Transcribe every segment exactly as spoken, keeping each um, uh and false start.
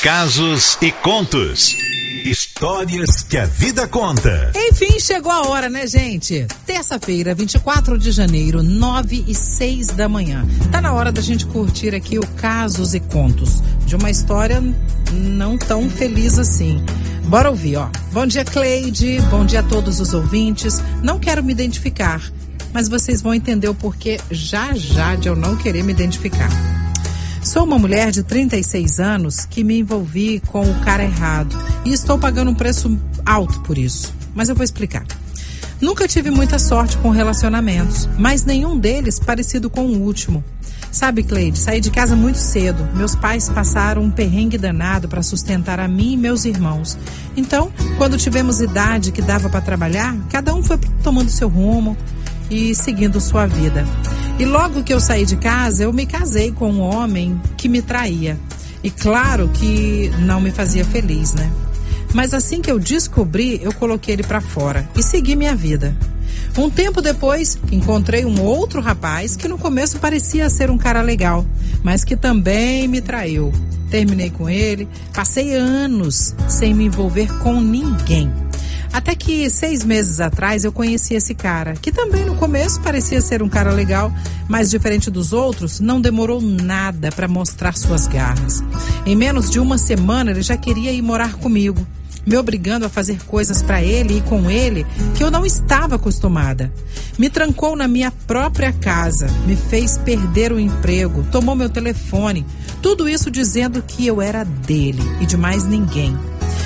Casos e contos. Histórias que a vida conta. Enfim, chegou a hora, né, gente? Terça-feira, vinte e quatro de janeiro, nove e seis da manhã. Tá na hora da gente curtir aqui o Casos e Contos de uma história não tão feliz assim. Bora ouvir, ó. Bom dia, Cleide. Bom dia a todos os ouvintes. Não quero me identificar, mas vocês vão entender o porquê já já de eu não querer me identificar. Sou uma mulher de trinta e seis anos que me envolvi com o cara errado e estou pagando um preço alto por isso, mas eu vou explicar. Nunca tive muita sorte com relacionamentos, mas nenhum deles parecido com o último. Sabe, Cleide, saí de casa muito cedo. Meus pais passaram um perrengue danado para sustentar a mim e meus irmãos. Então, quando tivemos idade que dava para trabalhar, cada um foi tomando seu rumo e seguindo sua vida. E logo que eu saí de casa, eu me casei com um homem que me traía. E claro que não me fazia feliz, né? Mas assim que eu descobri, eu coloquei ele pra fora e segui minha vida. Um tempo depois, encontrei um outro rapaz que no começo parecia ser um cara legal, mas que também me traiu. Terminei com ele, passei anos sem me envolver com ninguém. Até que seis meses atrás eu conheci esse cara, que também no começo parecia ser um cara legal, mas diferente dos outros, não demorou nada para mostrar suas garras. Em menos de uma semana ele já queria ir morar comigo, me obrigando a fazer coisas para ele e com ele que eu não estava acostumada. Me trancou na minha própria casa, me fez perder o emprego, tomou meu telefone, tudo isso dizendo que eu era dele e de mais ninguém.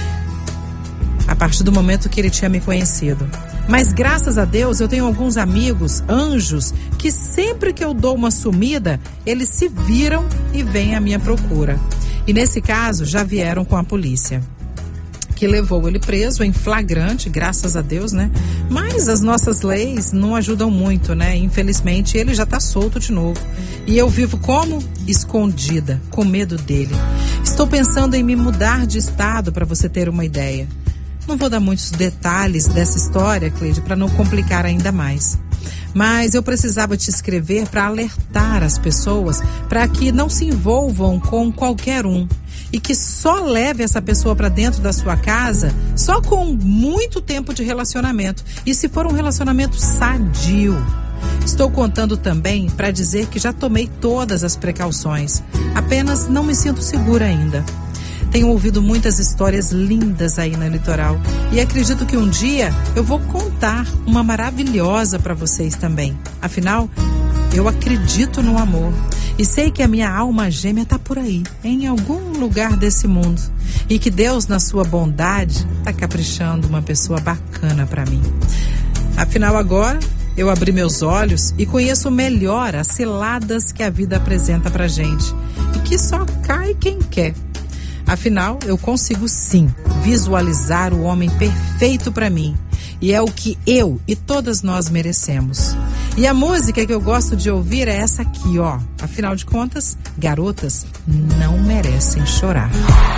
A partir do momento que ele tinha me conhecido. Mas graças a Deus eu tenho alguns amigos, anjos, que sempre que eu dou uma sumida, eles se viram e vêm à minha procura. E nesse caso já vieram com a polícia, que levou ele preso em flagrante, graças a Deus, né? Mas as nossas leis não ajudam muito, né? Infelizmente ele já tá solto de novo. E eu vivo como? Escondida, com medo dele. Estou pensando em me mudar de estado, para você ter uma ideia. Não vou dar muitos detalhes dessa história, Cleide, para não complicar ainda mais. Mas eu precisava te escrever para alertar as pessoas para que não se envolvam com qualquer um e que só leve essa pessoa para dentro da sua casa só com muito tempo de relacionamento e se for um relacionamento sadio. Estou contando também para dizer que já tomei todas as precauções, apenas não me sinto segura ainda. Tenho ouvido muitas histórias lindas aí no litoral e acredito que um dia eu vou contar uma maravilhosa para vocês também. Afinal, eu acredito no amor e sei que a minha alma gêmea está por aí, em algum lugar desse mundo, e que Deus, na sua bondade, está caprichando uma pessoa bacana para mim. Afinal, agora eu abri meus olhos e conheço melhor as ciladas que a vida apresenta pra gente e que só cai quem quer. Afinal, eu consigo sim visualizar o homem perfeito para mim. E é o que eu e todas nós merecemos. E a música que eu gosto de ouvir é essa aqui, ó. Afinal de contas, garotas não merecem chorar.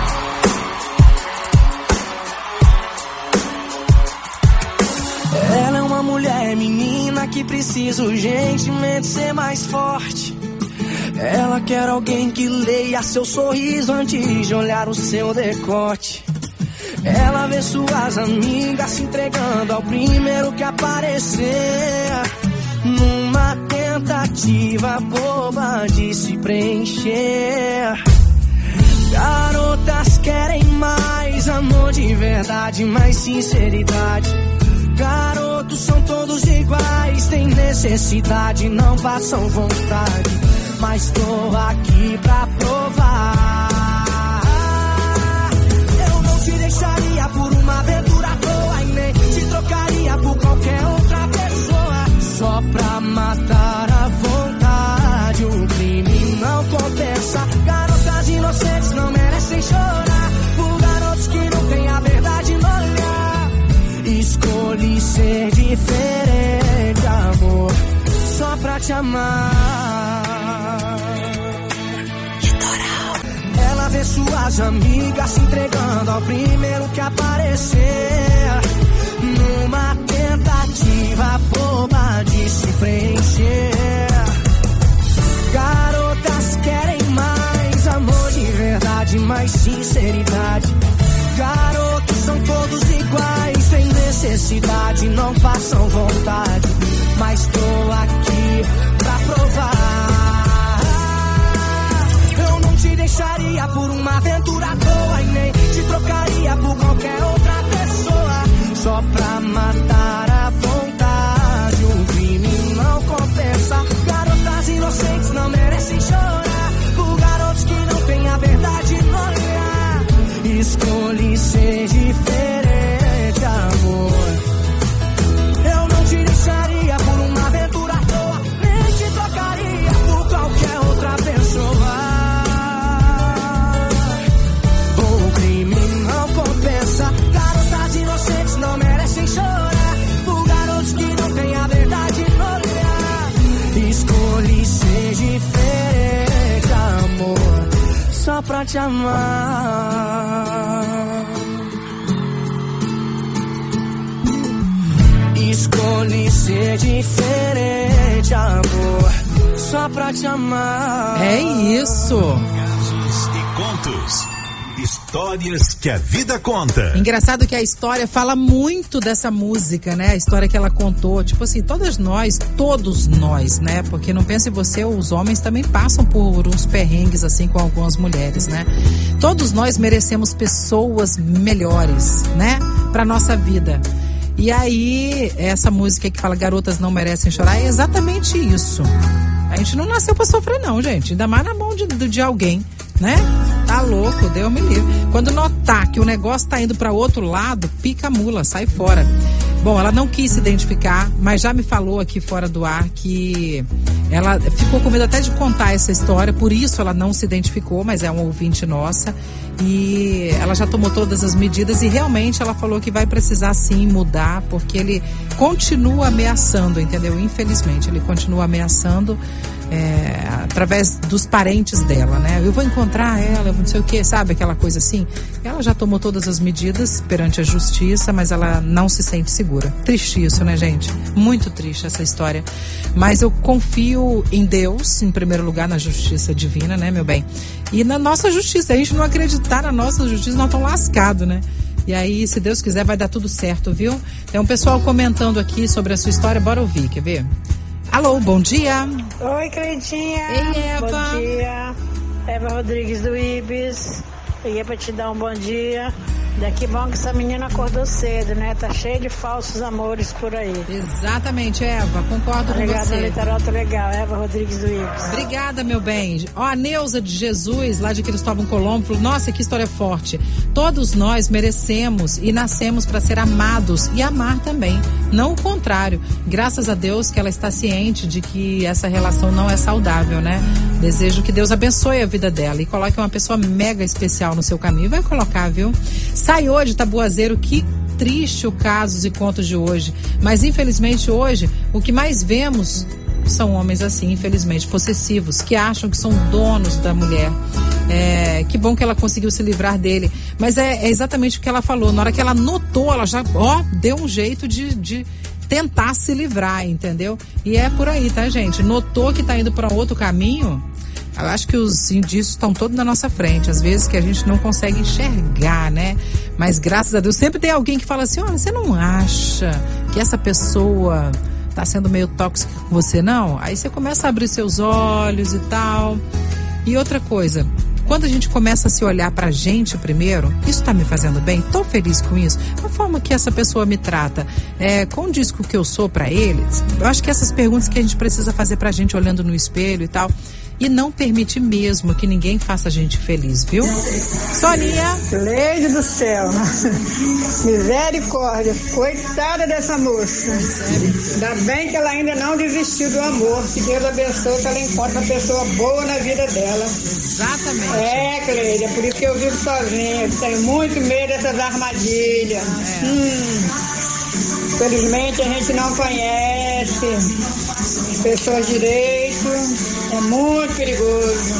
Ela é uma mulher menina que precisa urgentemente ser mais forte. Ela quer alguém que leia seu sorriso antes de olhar o seu decote. Ela vê suas amigas se entregando ao primeiro que aparecer, numa tentativa boba de se preencher. Garotas querem mais amor de verdade, mais sinceridade. Garotos são todos iguais, têm necessidade, não passam vontade. Mas tô aqui pra provar. Eu não te deixaria por uma aventura à toa e nem te trocaria por qualquer outra pessoa. Só pra matar a vontade, o crime não compensa. Garotas inocentes não merecem chorar por garotos que não têm a verdade no olhar. Escolhi ser diferente, amor, só pra te amar. Ela vê suas amigas se entregando ao primeiro que aparecer, numa tentativa boba de se preencher. Garotas querem mais amor de verdade, mais sinceridade. Garotos são todos iguais, sem necessidade, não passam vontade. Mas tô aqui pra provar. Eu não te deixaria por uma aventura à toa, e nem te trocaria por qualquer outra pessoa, só pra matar a vontade. O crime não compensa. Garotas inocentes não merecem chorar por garotos que não têm a verdade no olhar. Escolhi ser diferente, amor. Eu não te deixaria por uma aventura à toa, nem te trocaria por qualquer outra pessoa. O crime não compensa. Garotas inocentes não merecem chorar por garotos que não têm a verdade no olhar. Escolhi ser diferente, amor, só pra te amar. Escolhi ser diferente, amor, só pra te amar. É isso. Casos e contos. Histórias que a vida conta. Engraçado que a história fala muito dessa música, né? A história que ela contou. Tipo assim, todas nós, todos nós, né? Porque não pense você, os homens também passam por uns perrengues assim com algumas mulheres, né? Todos nós merecemos pessoas melhores, né? Pra nossa vida. E aí, essa música que fala garotas não merecem chorar é exatamente isso. A gente não nasceu pra sofrer não, gente. Ainda mais na mão de, de alguém, né? Tá louco, Deus me livre. Quando notar que o negócio tá indo pra outro lado, pica a mula, sai fora. Bom, ela não quis se identificar, mas já me falou aqui fora do ar que ela ficou com medo até de contar essa história, por isso ela não se identificou, mas é uma ouvinte nossa. E ela já tomou todas as medidas e realmente ela falou que vai precisar sim mudar, porque ele continua ameaçando, entendeu? Infelizmente, ele continua ameaçando é, através dos parentes dela, né? Eu vou encontrar ela, não sei o que, sabe? Aquela coisa assim. Ela já tomou todas as medidas perante a justiça, mas ela não se sente segura. Triste isso, né, gente? Muito triste essa história. Mas eu confio em Deus, em primeiro lugar, na justiça divina, né, meu bem? E na nossa justiça. Se a gente não acreditar na nossa justiça, nós estamos lascados, né? E aí, se Deus quiser, vai dar tudo certo, viu? Tem um pessoal comentando aqui sobre a sua história, bora ouvir, quer ver? Alô, bom dia. Oi, Cleitinha. Ei, Eva. Bom dia. Eva Rodrigues do Ibis. Liguei pra te dar um bom dia. Daqui bom que essa menina acordou cedo, né? Tá cheio de falsos amores por aí. Exatamente, Eva, concordo com Obrigada, você. Litoral tá legal. Eva Rodrigues do Ibis. Obrigada, meu bem. Ó, a Neuza de Jesus, lá de Cristóvão Colombo, falou, nossa, que história forte. Todos nós merecemos e nascemos para ser amados e amar também, não o contrário. Graças a Deus que ela está ciente de que essa relação não é saudável, né? Desejo que Deus abençoe a vida dela e coloque uma pessoa mega especial no seu caminho. Vai colocar, viu? Sai hoje, Tabuazeiro, que triste o Casos e Contos de hoje. Mas infelizmente hoje, o que mais vemos são homens assim, infelizmente, possessivos, que acham que são donos da mulher. É, que bom que ela conseguiu se livrar dele. Mas é, é exatamente o que ela falou. Na hora que ela notou, ela já, ó, deu um jeito de, de tentar se livrar, entendeu? E é por aí, tá, gente? Notou que tá indo para outro caminho. Eu acho que os indícios estão todos na nossa frente, às vezes que a gente não consegue enxergar, né? Mas graças a Deus sempre tem alguém que fala assim, olha, você não acha que essa pessoa tá sendo meio tóxica com você, não? Aí você começa a abrir seus olhos e tal. E outra coisa, quando a gente começa a se olhar pra gente primeiro, isso tá me fazendo bem? Tô feliz com isso? A forma que essa pessoa me trata, é, condiz com o que eu sou pra eles? Eu acho que essas perguntas que a gente precisa fazer pra gente olhando no espelho e tal. E não permite mesmo que ninguém faça a gente feliz, viu? Soninha. Leide do céu. Misericórdia. Coitada dessa moça. Ainda bem que ela ainda não desistiu do amor. Que Deus abençoe, que ela encontre uma pessoa boa na vida dela. Exatamente. É, Cleide, é por isso que eu vivo sozinha. Eu tenho muito medo dessas armadilhas. É. Hum. Infelizmente a gente não conhece pessoas direito, é muito perigoso.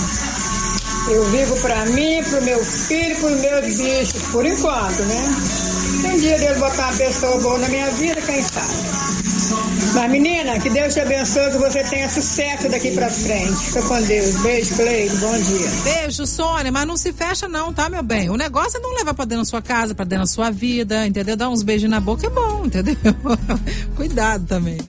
Eu vivo pra mim, pro meu filho, pros meus bichos, por enquanto, né? Um dia Deus botar uma pessoa boa na minha vida, quem sabe? Mas, menina, que Deus te abençoe, que você tenha sucesso daqui pra frente. Fica com Deus. Beijo, Cleide. Bom dia. Beijo, Sônia. Mas não se fecha não, tá, meu bem? O negócio é não levar pra dentro da sua casa, pra dentro da sua vida, entendeu? Dar uns beijos na boca é bom, entendeu? Cuidado também.